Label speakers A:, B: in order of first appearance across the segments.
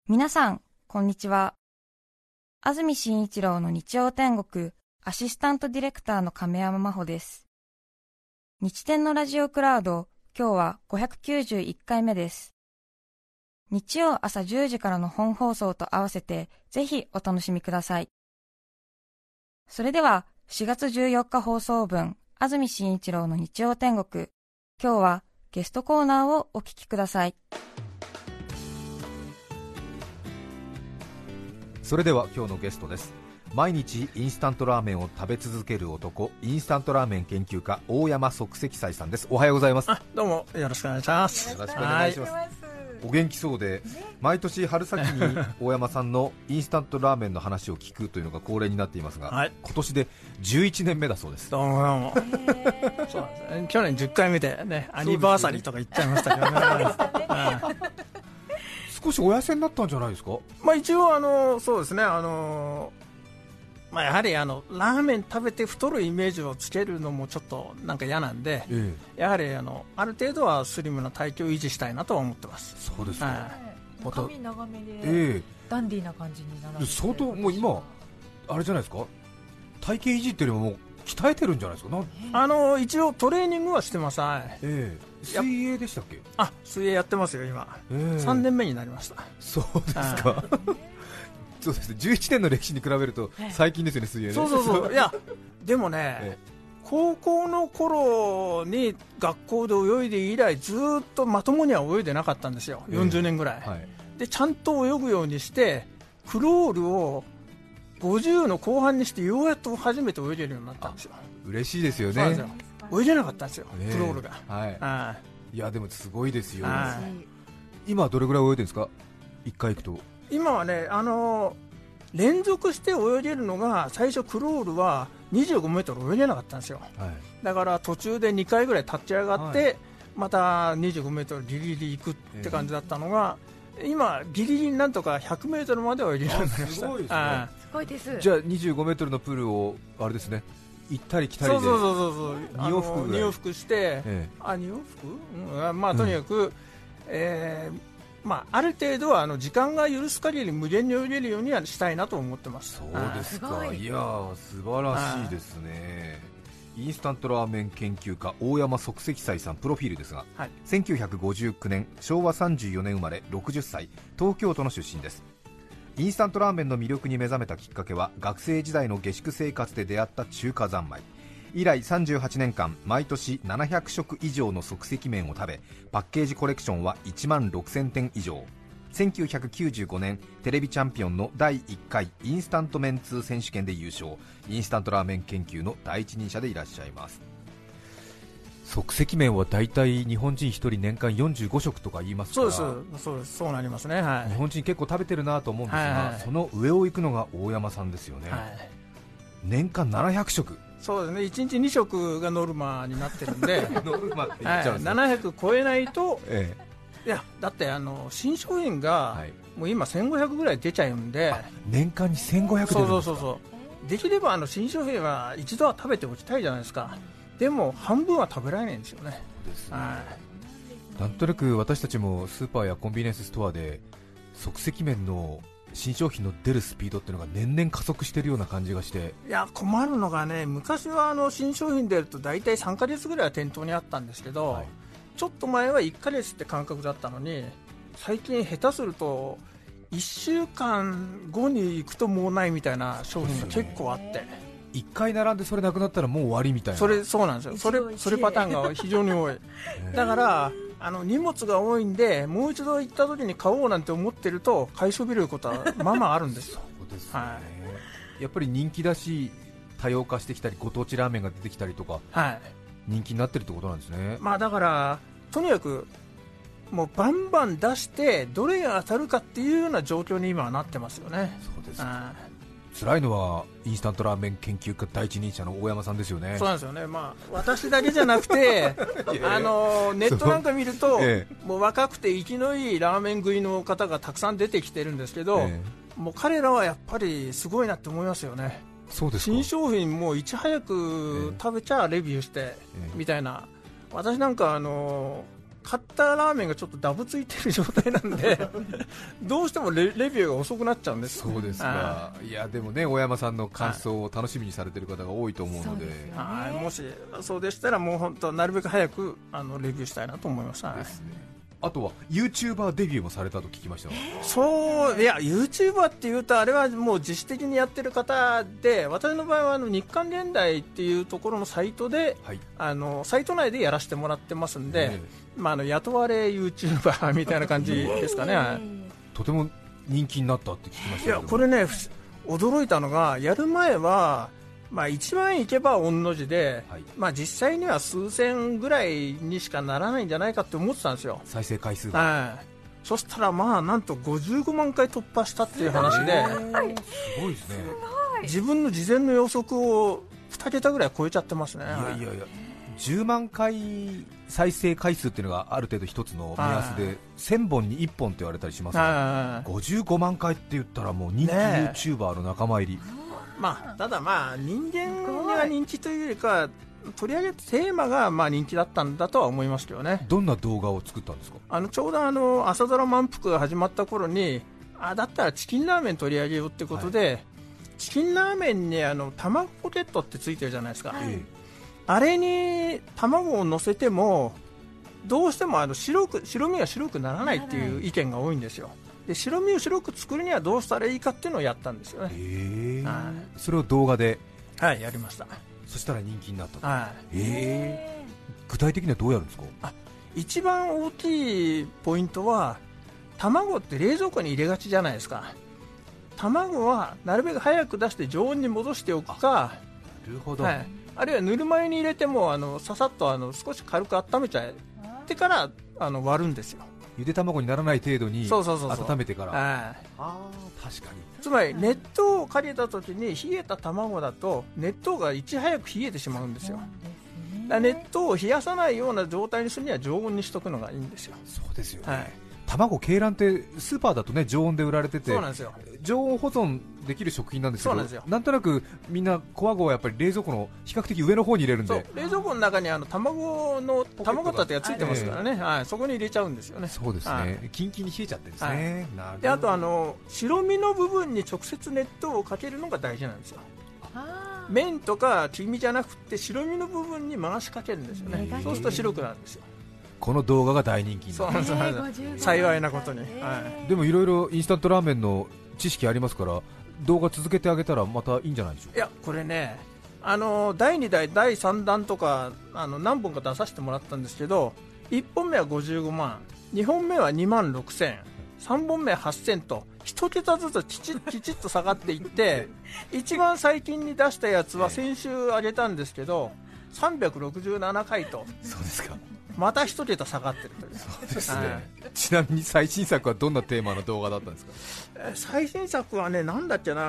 A: 皆さん、こんにちは。安住紳一郎の日曜天国アシスタントディレクターの亀山真帆です。日天のラジオクラウド、今日は591回目です。日曜朝10時からの本放送と合わせて、ぜひお楽しみください。それでは、4月14日放送分、安住紳一郎の日曜天国、今日はゲストコーナーをお聞きください。
B: それでは今日のゲストです。毎日インスタントラーメンを食べ続ける男、インスタントラーメン研究家大山即席斎さんです。おはようございます。
C: どうもよろしくお願いします。
B: よろしくお願いします。お元気そうで、毎年春先に大山さんのインスタントラーメンの話を聞くというのが恒例になっていますが、はい、今年で11年目だそうです。
C: どうもどうもそうなんです、ね、去年10回目でね、アニバーサリーとか言っちゃいましたけどね
B: 少しお痩せになったんじゃないですか。
C: 一応そうですね、やはりラーメン食べて太るイメージをつけるのもちょっとなんか嫌なんで、やはりある程度はスリムな体型を維持したいなとは思ってます。
B: そうですか。
D: 髪長めで、ダンディーな感じになられて、
B: 相当もう今あれじゃないですか、体型維持っていうよりももう鍛えてるんじゃないですか。
C: 一応トレーニングはしてます。
B: 水泳でしたっけ。
C: 水泳やってますよ今、3年目になりました。
B: そうですかそうですね、11年の歴史に比べると最近ですよね、水泳ね。
C: そういやでもね、高校の頃に学校で泳いで以来ずっとまともには泳いでなかったんですよ、40年ぐらい、でちゃんと泳ぐようにしてクロールを50の後半にしてようやっと初めて泳げるようになったんですよ。
B: 嬉しいですよね。
C: 泳げなかったんですよ、クロールが。
B: いやでもすごいですよ。今はどれぐらい泳いでるんですか、1回行くと。
C: 今はね、連続して泳げるのが最初クロールは25メートル泳げなかったんですよ、だから途中で2回ぐらい立ち上がって、また25メートルギリギリ行くって感じだったのが、今ギリギリなんとか100メートルまでは泳げるようになりました。
D: すごいです。
B: じゃあ25メートルのプールをあれですね、行ったり来たりで2往復ぐらい、
C: 2往復して、2往復、とにかく、ある程度は時間が許す限り無限に泳げるようにはしたいなと思ってます。
B: そうですか。いや素晴らしいですね。インスタントラーメン研究家大山即席斎さん、プロフィールですが、1959年昭和34年生まれ、60歳、東京都の出身です。インスタントラーメンの魅力に目覚めたきっかけは学生時代の下宿生活で出会った中華三昧。以来38年間毎年700食以上の即席麺を食べ、パッケージコレクションは1万6000点以上。1995年テレビチャンピオンの第1回インスタント麺通選手権で優勝。インスタントラーメン研究の第一人者でいらっしゃいます。即席麺はだいたい日本人1人年間45食とか言いますから。
C: そうなりますね、
B: 日本人結構食べてるなと思うんですが、その上を行くのが大山さんですよね、年間700食。
C: そうですね、1日2食がノルマになってるんで
B: ノルマって言っちゃうんですか。
C: 700超えないと、いやだって新商品がもう今1500ぐらい出ちゃうんで、
B: 年間に1500出るんですか。
C: そうできれば新商品は一度は食べておきたいじゃないですか。でも半分は食べられないんですよね。
B: なんとなく私たちもスーパーやコンビニエンスストアで即席麺の新商品の出るスピードっていうのが年々加速しているような感じがして、
C: いや困るのがね、昔は新商品出ると大体3ヶ月ぐらいは店頭にあったんですけど、ちょっと前は1ヶ月って感覚だったのに、最近下手すると1週間後に行くともうないみたいな商品が結構あって、
B: 1回並んでそれなくなったらもう終わりみたいな。
C: そうなんですよ。それパターンが非常に多いだから荷物が多いんで、もう一度行った時に買おうなんて思ってると買いそびれることはまあまああるんですよ
B: そうですね、やっぱり人気だし多様化してきたり、ご当地ラーメンが出てきたりとか、人気になってるってことなんですね。
C: だからとにかくもうバンバン出してどれが当たるかっていうような状況に今はなってますよね。
B: そうです辛いのはインスタントラーメン研究家第一人者の大山さんですよね。
C: そうなんですよね、私だけじゃなくてネットなんか見ると、もう若くて生きのいいラーメン食いの方がたくさん出てきてるんですけど、もう彼らはやっぱりすごいなって思いますよね。
B: そうですか。
C: 新商品もいち早く食べちゃレビューしてみたいな。私なんか買ったラーメンがちょっとダブついてる状態なんでどうしてもレビューが遅くなっちゃうんです。
B: そうですか。いやでもね、大山さんの感想を楽しみにされている方が多いと思うので、
C: もしそうでしたらもう本当なるべく早くレビューしたいなと思います。
B: ですね。あとは YouTuber デビューもされたと聞きました。
C: そう、いや YouTuber っていうとあれはもう自主的にやってる方で、私の場合は日刊現代っていうところのサイトで、はい、サイト内でやらせてもらってますんで、雇われ YouTuber みたいな感じですかね。
B: とても人気になったって聞きましたけど。
C: いやこれね、驚いたのが、やる前は1万いけば御の字で、はい、実際には数千ぐらいにしかならないんじゃないかって思ってたんですよ、
B: 再生回数が。
C: そしたらなんと55万回突破したっていう話で、
B: すごいですね。
C: 自分の事前の予測を2桁ぐらい超えちゃってますね。
B: いや10万回再生回数っていうのがある程度一つの目安で、1000本に1本って言われたりしますが、55万回って言ったらもう人気 YouTuber の仲間入り。
C: ただ人間が人気というよりか、取り上げたテーマが人気だったんだとは思いますけどね。
B: どんな動画を作ったんですか？
C: ちょうど朝ドラ満腹が始まった頃に、だったらチキンラーメン取り上げようってことで、チキンラーメンに卵ポケットってついてるじゃないですか、あれに卵を乗せてもどうしても白身が白くならないっていう意見が多いんですよ。で白身を白く作るにはどうしたらいいかっていうのをやったんですよね。
B: それを動画で
C: やりました。
B: そしたら人気になったと。具体的にはどうやるんですか？
C: 一番大きいポイントは、卵って冷蔵庫に入れがちじゃないですか。卵はなるべく早く出して常温に戻しておくか、
B: なるほど、
C: あるいはぬるま湯に入れてもささっと少し軽く温めちゃってから割るんですよ。
B: ゆで卵にならない程度に温めてから。確かに。
C: つまり熱湯をかけた時に冷えた卵だと熱湯がいち早く冷えてしまうんですよ。熱湯を冷やさないような状態にするには常温にしとくのがいいんですよ。
B: そうですよね、卵、鶏卵ってスーパーだと常温で売られてて、
C: そうなんですよ。
B: 常温保存できる食品なんですけど、なんとなくみんなコアゴはやっぱり冷蔵庫の比較的上の方に入れるんで、
C: 冷蔵庫の中に卵立てがついてますからね、そこに入れちゃうんですよね。
B: そうですね、キンキンに冷えちゃってるんですね。
C: であと白身の部分に直接熱湯をかけるのが大事なんですよ。麺とか黄身じゃなくて白身の部分に回しかけるんですよね。そうすると白くなるんですよ。
B: この動画が大人気になる。
C: 幸いなことに、
B: でもいろいろインスタントラーメンの知識ありますから、動画続けてあげたらまたいいんじゃないでしょうか。
C: いやこれね、第2弾第3弾とか何本か出させてもらったんですけど、1本目は55万、2本目は2万6000、3本目は8000と1桁ずつきちっと下がっていって一番最近に出したやつは先週上げたんですけど367回と。
B: そうですか。
C: また1桁下がってるという。
B: そうですね、ちなみに最新作はどんなテーマの動画だったんですか？
C: 最新作はね、なんだっけな、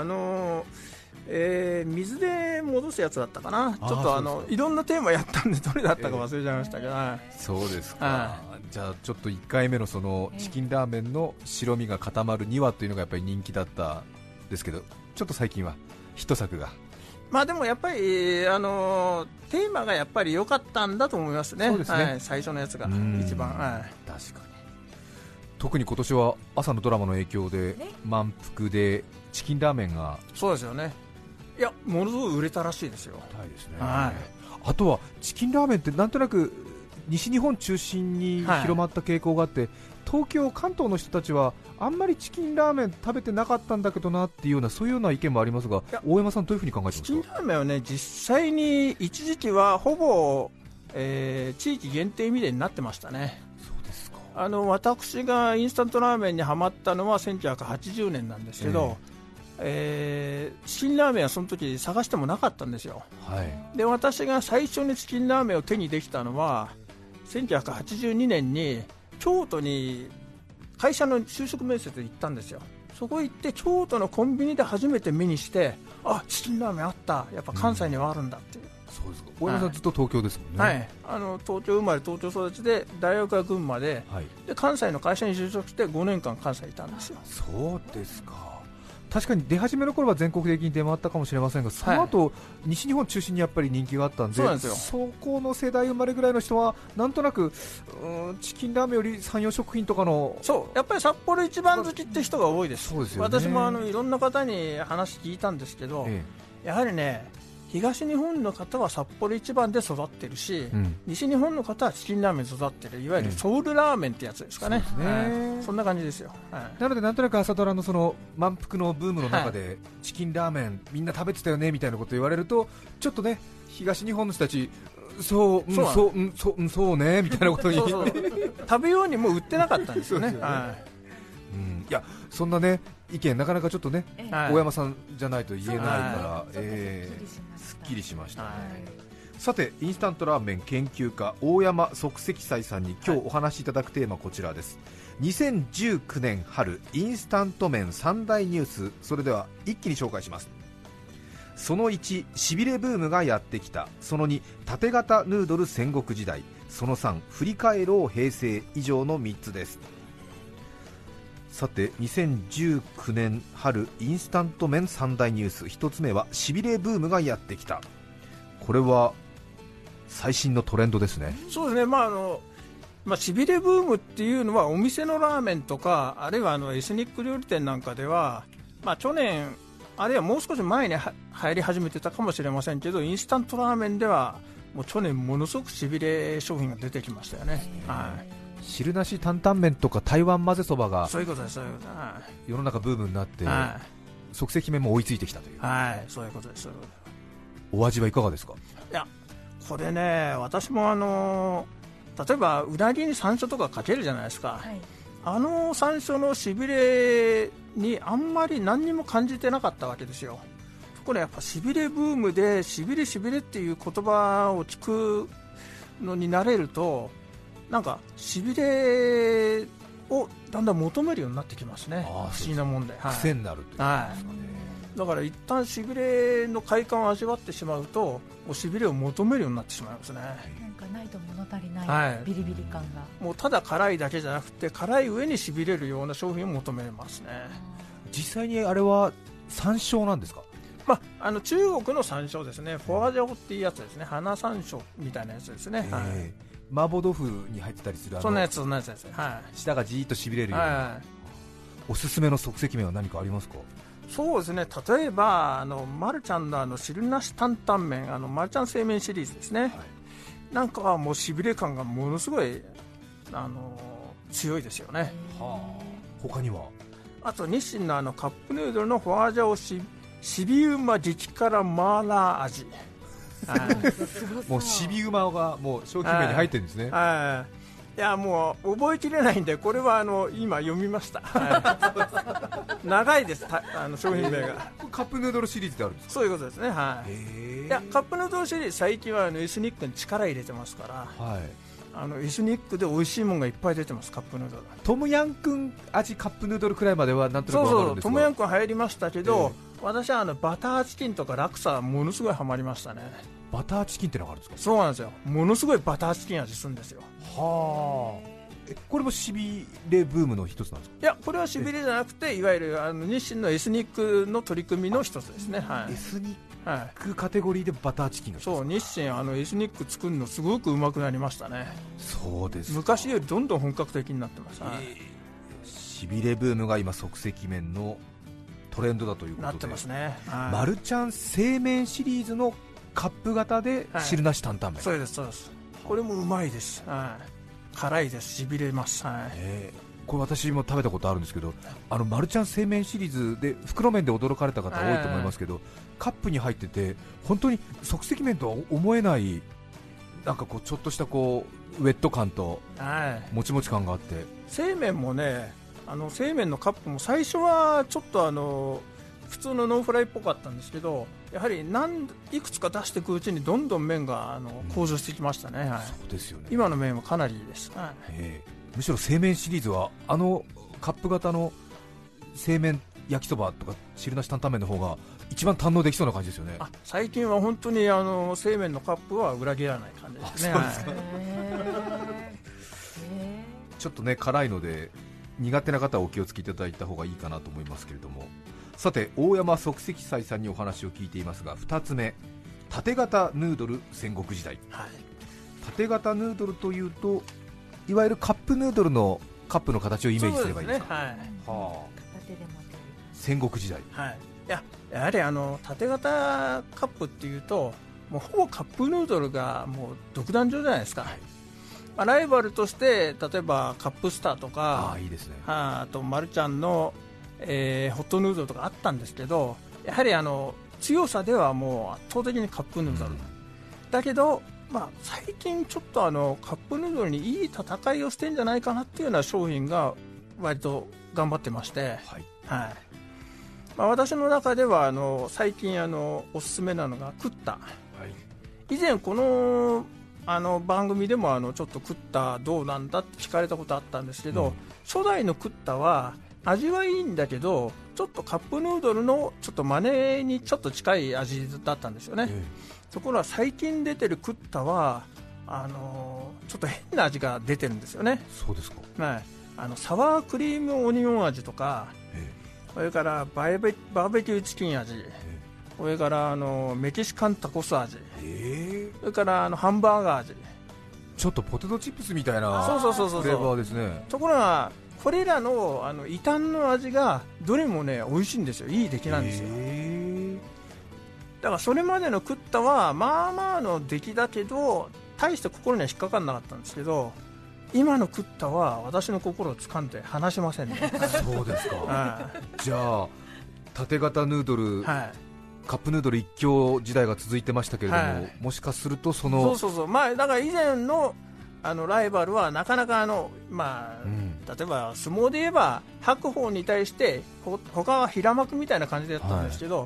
C: 水で戻すやつだったかな。ちょっといろんなテーマやったんでどれだったか忘れちゃいましたけど、
B: そうですか。じゃあちょっと1回目のそのチキンラーメンの白身が固まる2話というのがやっぱり人気だったんですけど、ちょっと最近はヒット作が。
C: でもやっぱりテーマがやっぱり良かったんだと思いますね。そうですね、最初のやつが一番、
B: 確かに。特に今年は朝のドラマの影響で満腹でチキンラーメンが。
C: そうですよね。いやものすごい売れたらしいですよ。
B: ですね、あとはチキンラーメンってなんとなく西日本中心に広まった傾向があって、東京関東の人たちはあんまりチキンラーメン食べてなかったんだけどなっていうような、そういうような意見もありますが、大山さんどういうふうに考えてますか？
C: チキンラーメンはね、実際に一時期はほぼ、地域限定みたいになってましたね。
B: そうですか。
C: 私がインスタントラーメンにはまったのは1980年なんですけど、チキンラーメンはその時探してもなかったんですよ。で私が最初にチキンラーメンを手にできたのは1982年に京都に会社の就職面接で行ったんですよ。そこ行って京都のコンビニで初めて目にして、チキンラーメンあった、やっぱ関西にはあるんだっていう。
B: そうですか。大山さんずっと東京ですもんね。
C: 東京生まれ東京育ちで、大学は群馬で、で関西の会社に就職して5年間関西にいたんですよ。
B: そうですか。 確かに出始めの頃は全国的に出回ったかもしれませんが、その後、西日本中心にやっぱり人気があったんで、そこの世代生まれぐらいの人はなんとなくチキンラーメンより山陽食品とかの、
C: そうやっぱり札幌一番好きって人が多いです。
B: そうですよね、
C: 私もいろんな方に話聞いたんですけど、やはりね、東日本の方は札幌一番で育ってるし、西日本の方はチキンラーメンで育ってる、いわゆるソウルラーメンってやつですかね、そんな感じですよ。
B: なのでなんとなく朝ドラのその満腹のブームの中で、チキンラーメンみんな食べてたよねみたいなこと言われると、ちょっとね、東日本の人たち、そうねみたいなことに
C: 食べようにも売ってなかったんですよね。
B: いや、そんなね意見なかなかちょっとね、大山さんじゃないと言えないから、すっきりしました、さて、インスタントラーメン研究家大山即席斎さんに今日お話しいただくテーマはこちらです。2019年春インスタント麺3大ニュース、それでは一気に紹介します。その1、しびれブームがやってきた。その2、縦型ヌードル戦国時代。その3、振り返ろう平成。以上の3つです。さて、2019年春インスタント麺3大ニュース、1つ目はしびれブームがやってきた。これは最新のトレンドですね。
C: そうですね、しびれブームっていうのはお店のラーメンとか、あるいはエスニック料理店なんかでは、去年あるいはもう少し前に入り始めてたかもしれませんけど、インスタントラーメンではもう去年ものすごくしびれ商品が出てきましたよね。
B: 汁なし担々麺とか台湾混ぜそばが
C: そういうことです、
B: 世の中ブームになって、即席麺も追いついてきたという、
C: そういうことです。
B: お味はいかがですか？
C: いや、これね、私も例えばうなぎに山椒とかかけるじゃないですか、山椒のしびれにあんまり何にも感じてなかったわけですよ。これやっぱしびれブームでしびれしびれっていう言葉を聞くのに慣れると、なんかしびれをだんだん求めるようになってきますね。不思議なもんで、
B: 癖になるということですかね。
C: だから一旦しびれの快感を味わってしまうと、もうしびれを求めるようになってしまいますね。
D: なんかないと物足りない、ビリビリ感が、
C: もうただ辛いだけじゃなくて、辛い上にしびれるような商品を求めますね。
B: 実際にあれは山椒なんですか？
C: 中国の山椒ですね、フォアジャオっていうやつですね、花山椒みたいなやつですね。
B: 麻婆豆腐に入ってたりする
C: そんなやつです、
B: 舌がじーっとしびれるような、おすすめの即席麺は何かありますか？
C: そうですね、例えばマルちゃんの汁なし担々麺、マルちゃん製麺シリーズですね、なんかはもうしびれ感がものすごい強いですよね。
B: 他には？あ
C: と日清のカップヌードルのフォアジャオしびうま激辛マーラー味
B: もうしびうまがもう商品名に入ってるんですね。
C: いや、もう覚えきれないんで、これは今読みました、長いです、商品名が。
B: カップヌードルシリーズであるんですか？
C: そういうことですね。いや、カップヌードルシリーズ最近はエスニックに力入れてますから、エスニックで美味しいものがいっぱい出てます。カップヌードル、
B: トムヤンクン味カップヌードルくらいまではなんとなく分かるんですが、
C: トムヤンクン入りましたけど、私はバターチキンとかラクサものすごいハマりましたね。
B: バターチキンってのがあるんですか？
C: そうなんですよ、ものすごいバターチキン味するんですよ。
B: これもしびれブームの一つなんですか？
C: いや、これはしびれじゃなくて、いわゆる日清のエスニックの取り組みの一つですね。
B: エスニックカテゴリーでバターチキンが、
C: そう、日清エスニック作るのすごくうまくなりましたね。
B: そうですか。
C: 昔よりどんどん本格的になってます。
B: しびれブームが今即席麺のトレンドだということで
C: なってますね。
B: マルちゃん製麺シリーズのカップ型で汁なし担々麺、
C: そうです、そうです。これもうまいです。辛いです、しびれます。
B: これ私も食べたことあるんですけど、マルちゃん製麺シリーズで袋麺で驚かれた方多いと思いますけど、カップに入ってて本当に即席麺とは思えない、なんかこうちょっとしたこうウェット感ともちもち感があって、
C: 製麺もね、製麺のカップも最初はちょっと普通のノンフライっぽかったんですけど、やはりいくつか出していくうちにどんどん麺が向上してきましたね。
B: そうですよね。
C: 今の麺はかなりいいです。
B: むしろ製麺シリーズはカップ型の製麺焼きそばとか汁なし担々麺の方が一番堪能できそうな感じですよね。
C: 最近は本当に製麺のカップは裏切らない感じですね。
B: ちょっとね辛いので苦手な方はお気をつけいただいた方がいいかなと思いますけれども、 さて大山即席斎さんにお話を聞いていますが、2つ目、縦型ヌードル戦国時代、はい、縦型ヌードルというといわゆるカップヌードルのカップの形をイメージすればいいですか。
C: そうですね、はい、
B: はあ、戦国時代、
C: はい、やはり縦型カップっていうともうほぼカップヌードルがもう独壇場じゃないですか、はい、ライバルとして例えばカップスターとか、
B: いいですね、
C: あとマルちゃんの、ホットヌードルとかあったんですけど、やはり強さではもう圧倒的にカップヌードル、だけど、最近ちょっとカップヌードルにいい戦いをしてんじゃないかなっていうような商品が割と頑張ってまして、はいはい、私の中では最近おすすめなのがクッタ、はい、以前この番組でもちょっとクッタどうなんだって聞かれたことあったんですけど、初代のクッタは味はいいんだけどちょっとカップヌードルのちょっと真似にちょっと近い味だったんですよね、ところが最近出てるクッタはちょっと変な味が出てるんですよね。
B: そうですか、
C: はい、サワークリームオニオン味とか、それからバーベキューチキン味、それからメキシカンタコス味、それからハンバーガー味、
B: ちょっとポテトチップスみたいなフレーバーですね。
C: ところがこれらの異端の味がどれもね美味しいんですよ。いい出来なんですよ。だからそれまでのクッタはまあまあの出来だけど大して心には引っかかんなかったんですけど、今のクッタは私の心を掴んで離しませんね。
B: そうですか、じゃあ縦型ヌードル、はい、カップヌードル一強時代が続いてましたけれども、はい、もしかするとそう、
C: だから以前のライバルはなかなか例えば相撲で言えば白鵬に対して他は平幕みたいな感じでやったんですけど、はい、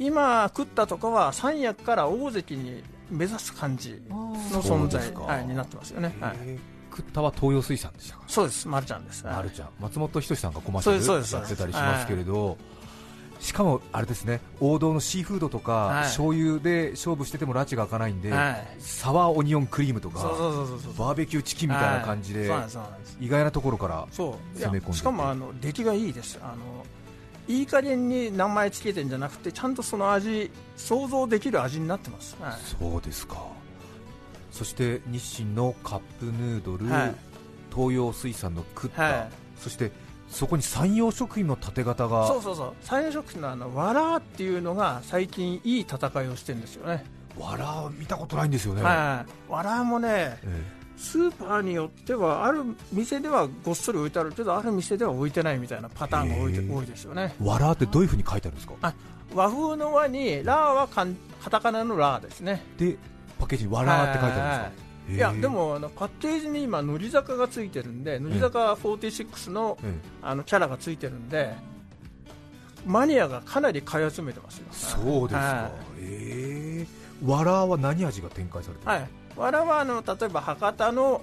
C: 今クッタとかは三役から大関に目指す感じの存在、になってますよね。
B: クッタは東洋水産でしたか。
C: そうです、マルちゃんです。
B: マルちゃん、松本人志さんがコマーシャルやってたりしますけれど、しかもあれですね、王道のシーフードとか、醤油で勝負してても拉致が開かないんで、サワーオニオンクリームとかバーベキューチキンみたいな感じで、意外なところから攻め込んでいて、
C: しかも出来がいいです。いい加減に名前つけてんじゃなくてちゃんとその味想像できる味になってます、
B: そうですか。そして日清のカップヌードル、東洋水産のクッタ、そしてそこに山陽食品の縦型が、
C: 山陽食品のわらっていうのが最近いい戦いをしてるんですよね。
B: わら見たことないんですよね。
C: わらもね、スーパーによってはある店ではごっそり置いてあるけど、ある店では置いてないみたいなパターンが多いですよね。
B: わらってどういうふうに書いてあるんですか。
C: 和風の和にラーはカタカナのラーですね。
B: でパッケージにわらって書いてあるんですか。
C: いやでもパッケージに今乃木坂がついてるんで、乃木坂46のキャラがついてるんで、マニアがかなり買い集めてますよ。
B: そうですか。わらは何味が展開されてるんですか。
C: わらは例えば博多の、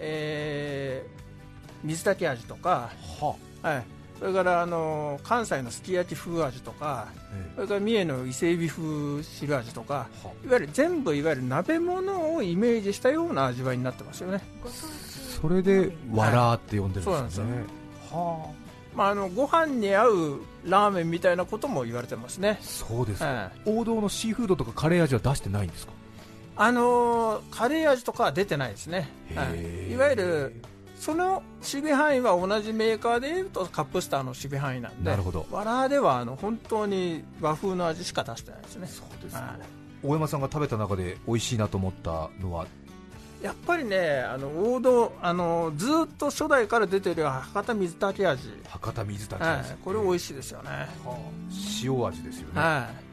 C: 水炊き味とか、それから関西のすき焼き風味とか、それから三重の伊勢海老風汁味とか、いわゆる全部いわゆる鍋物をイメージしたような味わいになってますよね。
B: それでわらって呼んでるんですよね。
C: ご飯に合うラーメンみたいなことも言われてますね。
B: そうですか。王道のシーフードとかカレー味は出してないんですか。
C: カレー味とかは出てないですね。いわゆるその守備範囲は同じメーカーでいうとカップスターの守備範囲なんで、
B: なるほど。
C: わらでは本当に和風の味しか出してないですね。
B: そうですか。大山さんが食べた中で美味しいなと思ったのは
C: やっぱりね、王道ずっと初代から出てる博多水炊き味。
B: 博多水炊き味、
C: これ美味しいですよね。
B: 塩味ですよね。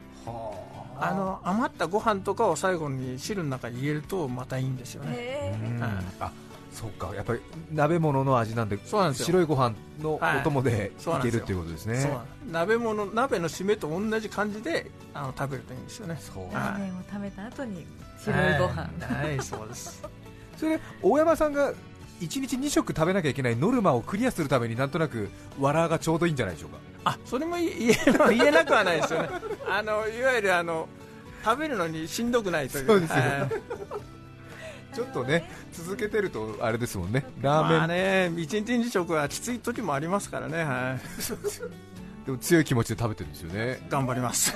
C: 余ったご飯とかを最後に汁の中に入れるとまたいいんですよね。
B: そうか、やっぱり鍋物の味なんで、白いご飯のお供でいけるということですね。
C: 鍋の締めと同じ感じで食べるといいんですよね。
D: ラーメンを食べた後に白いご飯、
C: そうです。
B: それで大山さんが1日2食食べなきゃいけないノルマをクリアするためになんとなくわらがちょうどいいんじゃないでしょうか。
C: それも言えなくはないですよね。いわゆる食べるのにしんどくないという。
B: そうですよ。ちょっとね続けてるとあれですもんね。ラーメン
C: 1日2食はきつい時もありますからね。
B: でも強い気持ちで食べてるんですよね。
C: 頑張ります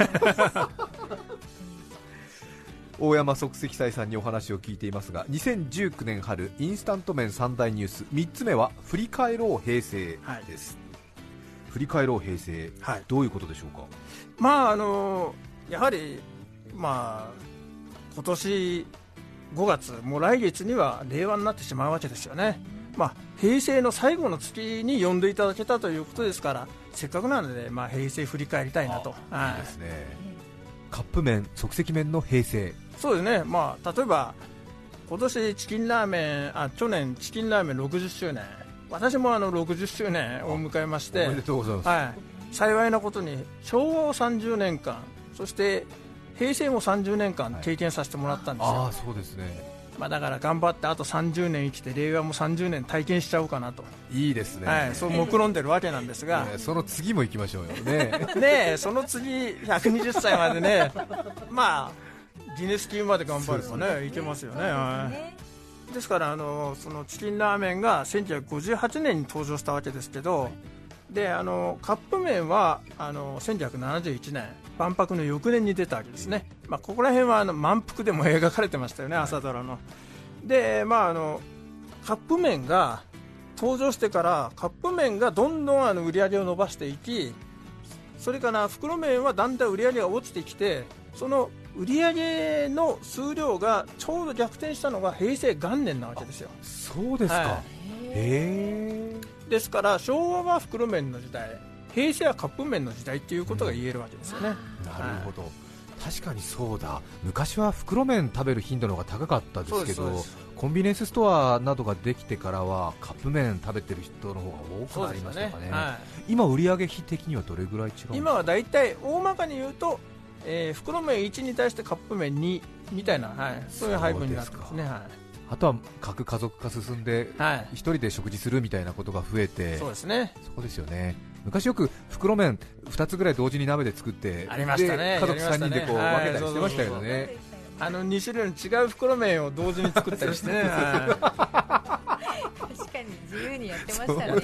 B: 大山即席斎さんにお話を聞いていますが、2019年春インスタント麺3大ニュース、3つ目は振り返ろう平成です、振り返ろう平成、どういうことでしょうか。
C: やはり、今年5月、もう来月には令和になってしまうわけですよね。平成の最後の月に呼んでいただけたということですから、せっかくなので、平成振り返りたいなと。いいですね。
B: カップ麺、即席麺の平成。
C: そうですね、例えば今年チキンラーメン、去年チキンラーメン60周年、私も60周年を迎えまして、
B: おめでとうございます、
C: 幸いなことに昭和を30年間、そして平成も30年間経験させてもらったんですよ。
B: そうですね。
C: だから頑張ってあと30年生きて令和も30年体験しちゃおうかなと。
B: いいですね、
C: そう目論んでるわけなんですが、
B: その次も行きましょうよね
C: その次120歳までねギネス級まで頑張るとねいけますよね。ですからそのチキンラーメンが1958年に登場したわけですけど、でカップ麺は1971年万博の翌年に出たわけですね。ここら辺は満腹でも描かれてましたよね、朝ドラの。でカップ麺が登場してからカップ麺がどんどん売り上げを伸ばしていき、それから袋麺はだんだん売り上げが落ちてきて、その売り上げの数量がちょうど逆転したのが平成元年なわけですよ。
B: そうですか、
C: ですから昭和は袋麺の時代、平成はカップ麺の時代っていうことが言えるわけですよね。
B: なるほど、確かにそうだ。昔は袋麺食べる頻度の方が高かったですけど、コンビニエンスストアなどができてからはカップ麺食べてる人の方が多くなりましたかね。今売上比的にはどれぐらい違うんですか。
C: 今はだいたい大まかに言うと、袋麺1に対してカップ麺2みたいな、そういう配分になってますね。
B: あとは核家族化進んで一人で食事するみたいなことが増えて、
C: そうですね。
B: そうですよね。昔よく袋麺2つぐらい同時に鍋で作って
C: ありましたね、
B: 家族3人でこう分けたりしてましたけどね。
C: 2種類の違う袋麺を同時に作ったりしてね
D: 確かに自由にやってましたね。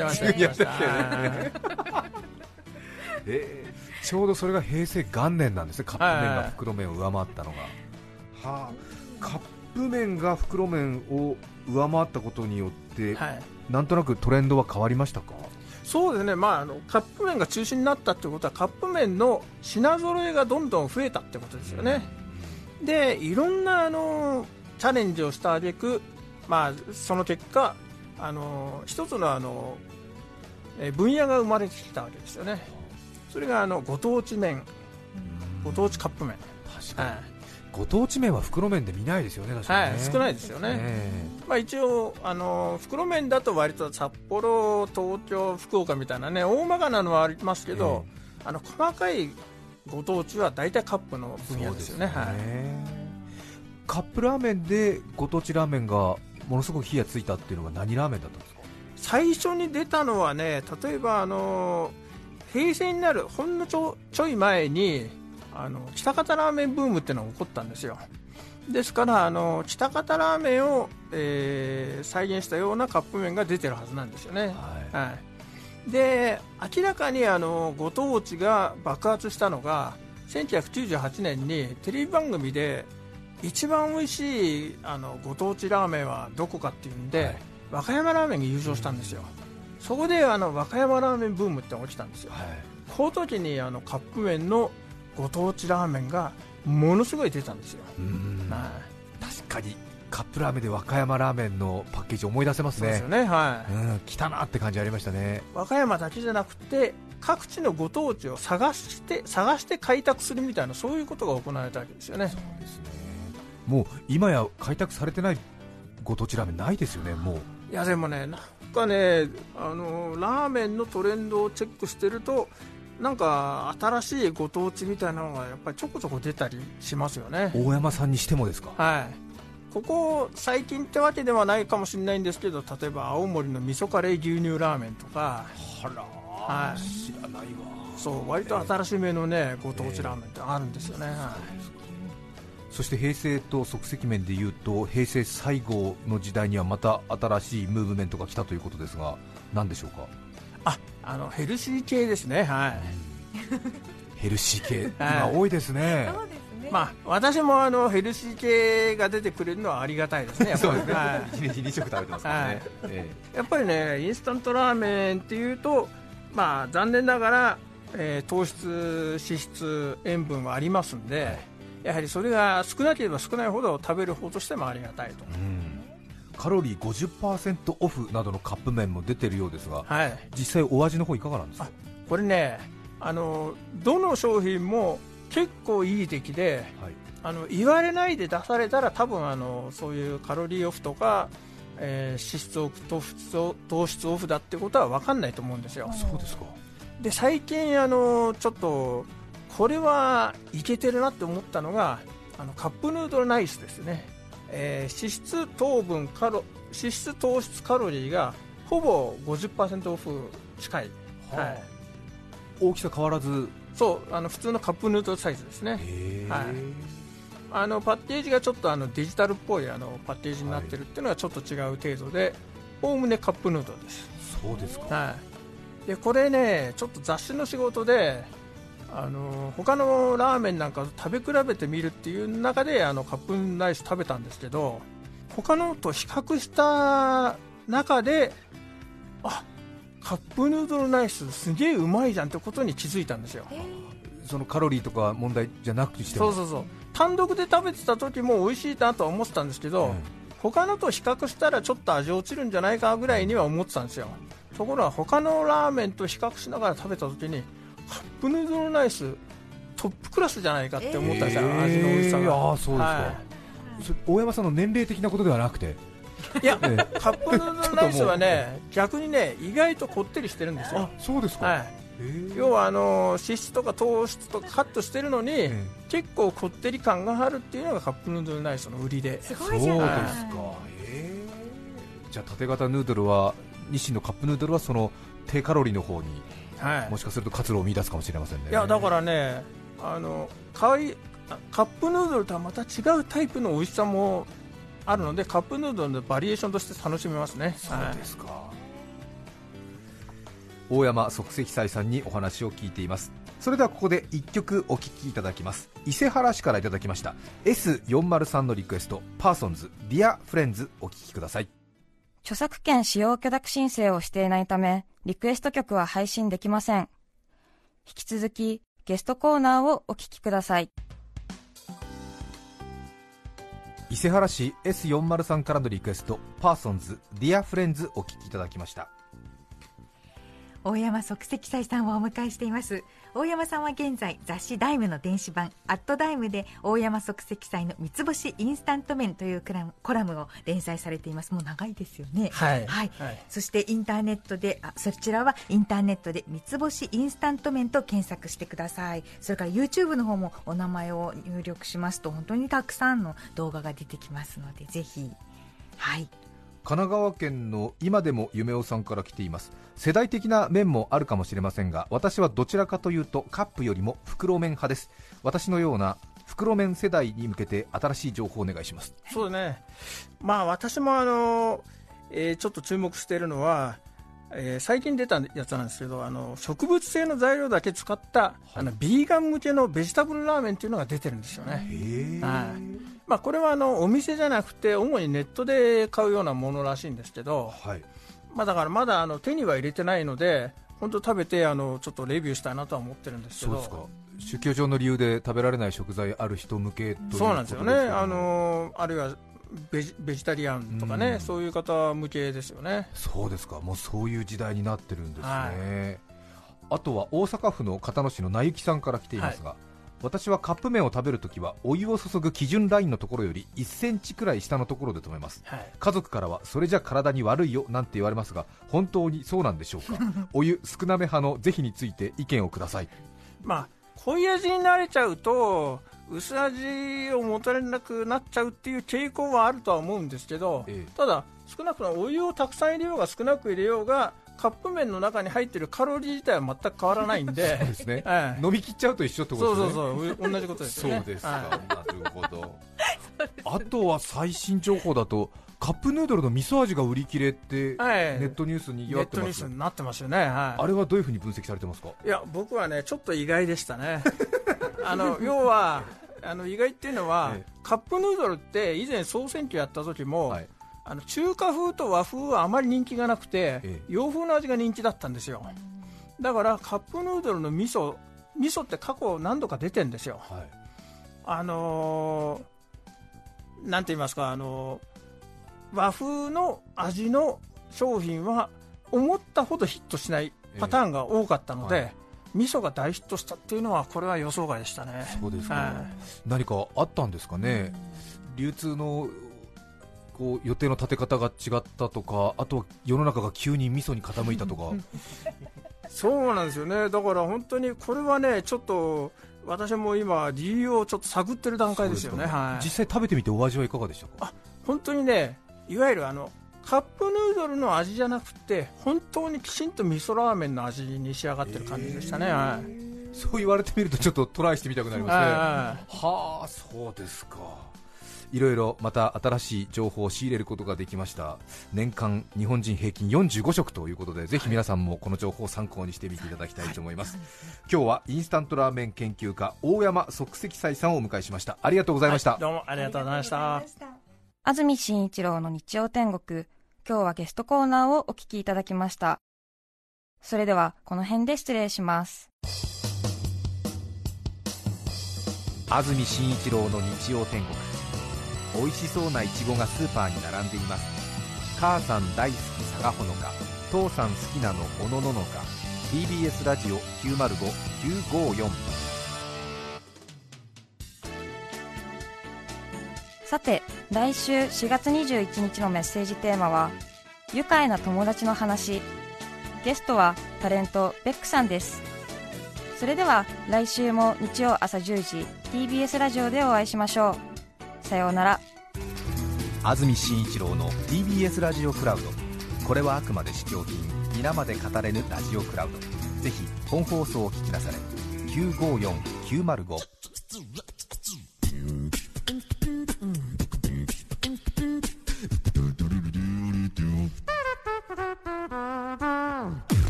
B: ちょうどそれが平成元年なんですね、カップ麺が袋麺を上回ったのが。カップ麺が袋麺を上回ったことによって、なんとなくトレンドは変わりましたか。
C: そうですね、カップ麺が中心になったということはカップ麺の品揃えがどんどん増えたってことですよね。でいろんなチャレンジをした挙句、その結果一つの分野が生まれてきたわけですよね。それがご当地麺、ご当地カップ麺。
B: 確かに、ご当地麺は袋麺で見ないですよね。確かにね、
C: 少ないですよね。一応袋麺だと割と札幌、東京、福岡みたいなね大まかなのはありますけど、細かいご当地は大体カップの分野ですよね。
B: カップラーメンでご当地ラーメンがものすごく火がついたっていうのが何ラーメンだったんですか。
C: 最初に出たのはね、例えば平成になるほんのちょい前に喜多方ラーメンブームっていうのが起こったんですよ。ですから喜多方ラーメンを、再現したようなカップ麺が出てるはずなんですよね。で明らかにご当地が爆発したのが1998年にテレビ番組で一番美味しいご当地ラーメンはどこかっていうんで、和歌山ラーメンが優勝したんですよ。そこで和歌山ラーメンブームって起きたんですよ。この時にカップ麺のご当地ラーメンがものすごい出たんですよ。
B: 確かにカップラーメンで和歌山ラーメンのパッケージ思い出せますね。
C: そうですよね。
B: 来たなって感じありましたね。
C: 和歌山だけじゃなくて各地のご当地を探して開拓するみたいな、そういうことが行われたわけですよね。
B: そうですね。もう今や開拓されてないご当地ラーメンないですよね。もう
C: いやでもね、なんかねラーメンのトレンドをチェックしてるとなんか新しいご当地みたいなのがやっぱりちょこちょこ出たりしますよね。
B: 大山さんにしてもですか。
C: ここ最近ってわけではないかもしれないんですけど、例えば青森の味噌カレー牛乳ラーメンとか、
B: 知らないわ。
C: そう割と新しめのねご当地ラーメンってあるんですよね。
B: そして平成と即席麺でいうと平成最後の時代にはまた新しいムーブメントが来たということですが、何でしょうか。
C: ヘルシー系ですね。
B: ヘルシー系が多いですね。
D: そうですね。
C: まあ、私もヘルシー系が出てくれるのはありがたいですね、やっぱりね。
B: 1日2食食べてますからね。
C: やっぱりね、インスタントラーメンっていうと、まあ、残念ながら、糖質、脂質、塩分はありますんで、やはりそれが少なければ少ないほど食べる方としてもありがたいと。
B: カロリー 50% オフなどのカップ麺も出てるようですが、
C: はい、
B: 実際お味の方いかがなんですか？
C: これね、どの商品も結構いい出来で、言われないで出されたら多分そういうカロリーオフとか、脂質オフ、糖質オフだってことは分かんないと思うんですよ。
B: そうですか。
C: で最近ちょっとこれはいけてるなって思ったのがカップヌードルライスですね。脂質糖質カロリーがほぼ 50% オフ近い、
B: 大きさ変わらず。
C: そう普通のカップヌードルサイズですね。パッケージがちょっとデジタルっぽいパッケージになってるっていうのはちょっと違う程度で、おおむねカップヌードルです。
B: そうですか。
C: でこれね、ちょっと雑誌の仕事で他のラーメンなんかと食べ比べてみるっていう中でカップヌードルライス食べたんですけど、他のと比較した中でカップヌードルライスすげえうまいじゃんってことに気づいたんですよ。
B: そのカロリーとか問題じゃなくしても。
C: そう単独で食べてた時も美味しいなとは思ってたんですけど、他のと比較したらちょっと味落ちるんじゃないかぐらいには思ってたんですよ。ところが他のラーメンと比較しながら食べた時にカップヌードルライストップクラスじゃないかって思ったんですよ、味の美味しさが。
B: そうですか。それ大山さんの年齢的なことではなくて、
C: いや、カップヌードルライスはね逆にね意外とこってりしてるんですよ。
B: そうですか。
C: 要は脂質とか糖質とかカットしてるのに、結構こってり感があるっていうのがカップヌードルライスの売りで。
D: すごいじゃないですか。
B: じゃあ縦型ヌードルは、日清のカップヌードルはその低カロリーの方に、もしかすると活路を見出すかもしれませんね。
C: いやだからね、カップヌードルとはまた違うタイプの美味しさもあるので、カップヌードルのバリエーションとして楽しめますね。
B: そうですか。大山即席斎さんにお話を聞いています。それではここで1曲お聴きいただきます。伊勢原市からいただきました S403 のリクエスト、パーソンズディアフレンズお聴きください。
A: 著作権使用許諾申請をしていないため、リクエスト曲は配信できません。引き続きゲストコーナーをお聴きください。
B: 伊勢原市 S403 からのリクエスト、パーソンズディアフレンズお聴きいただきました。
D: 大山即席斎さんをお迎えしています。大山さんは現在雑誌ダイムの電子版アットダイムで大山即席斎の三つ星インスタント麺というコラムを連載されています。もう長いですよね。そしてインターネットでそちらはインターネットで三つ星インスタント麺と検索してください。それから YouTube の方もお名前を入力しますと本当にたくさんの動画が出てきますので、ぜひ。
B: 神奈川県の今でも夢尾さんから来ています。世代的な面もあるかもしれませんが、私はどちらかというとカップよりも袋麺派です。私のような袋麺世代に向けて新しい情報をお願いします。
C: そうね、私もちょっと注目しているのは、最近出たやつなんですけど、植物性の材料だけ使ったビーガン向けのベジタブルラーメンというのが出てるんですよね。これはお店じゃなくて主にネットで買うようなものらしいんですけど、だからまだ手には入れてないので、本当食べてちょっとレビューしたいなとは思ってるんですけど。
B: そうですか。宗教上の理由で食べられない食材ある人向けということですか。
C: そうなんですよね。あるいはベジタリアンとかね、そういう方向けですよね。
B: そうですか。もうそういう時代になってるんですね。あとは大阪府の片野市のなゆきさんから来ていますが、私はカップ麺を食べるときはお湯を注ぐ基準ラインのところより1センチくらい下のところで止めます。家族からはそれじゃ体に悪いよなんて言われますが、本当にそうなんでしょうか。お湯少なめ派の是非について意見をください。
C: 濃い味に慣れちゃうと薄味を求めなくなっちゃうっていう傾向はあるとは思うんですけど、ただ少なくともお湯をたくさん入れようが少なく入れようがカップ麺の中に入っているカロリー自体は全く変わらないんで
B: そうですね、飲み切っちゃうと一緒ってことですね。
C: そう同じことですよね。
B: そうですか、なるほど。あとは最新情報だとカップヌードルの味噌味が売り切れってネットニュースに賑わってます、
C: ネットニュースになってますよね、はい、
B: あれはどういうふうに分析されてますか？
C: いや僕はねちょっと意外でしたね要は意外っていうのは、カップヌードルって以前総選挙やった時も、はい、中華風と和風はあまり人気がなくて、洋風の味が人気だったんですよ。だからカップヌードルの味噌って過去何度か出てるんですよ、はい、なんて言いますか、和風の味の商品は思ったほどヒットしないパターンが多かったので、はい、味噌が大ヒットしたっていうのはこれは予想外でしたね。
B: そうですか、何かあったんですかね、流通のこう予定の立て方が違ったとか、あとは世の中が急に味噌に傾いたとか
C: そうなんですよね。だから本当にこれはねちょっと私も今理由をちょっと探ってる段階ですよね、はい、
B: 実際食べてみてお味はいかがでしたか？
C: 本当にね、いわゆるカップヌードルの味じゃなくて本当にきちんと味噌ラーメンの味に仕上がってる感じでしたね、はい、
B: そう言われてみるとちょっとトライしてみたくなりますね。はあ、そうですか。いろいろまた新しい情報を仕入れることができました。年間日本人平均45食ということで、ぜひ皆さんもこの情報を参考にしてみていただきたいと思います、はい、今日はインスタントラーメン研究家大山即席斎さんをお迎えしました。ありがとうございました、はい、
C: どうもありがとうございました。
A: 安住紳一郎の日曜天国、今日はゲストコーナーをお聞きいただきました。それではこの辺で失礼します。
B: 安住紳一郎の日曜天国、美味しそうなイチゴがスーパーに並んでいます。母さん大好き佐賀ほのか、父さん好きなのおのののか、 TBS ラジオ 905-954。
A: さて来週4月21日のメッセージテーマは愉快な友達の話。ゲストはタレントベックさんです。それでは来週も日曜朝10時 TBS ラジオでお会いしましょう。さようなら。
B: 安住紳一郎の TBS ラジオクラウド、これはあくまで試供品、皆まで語れぬラジオクラウド。ぜひ本放送を聞きなされ。 954-905。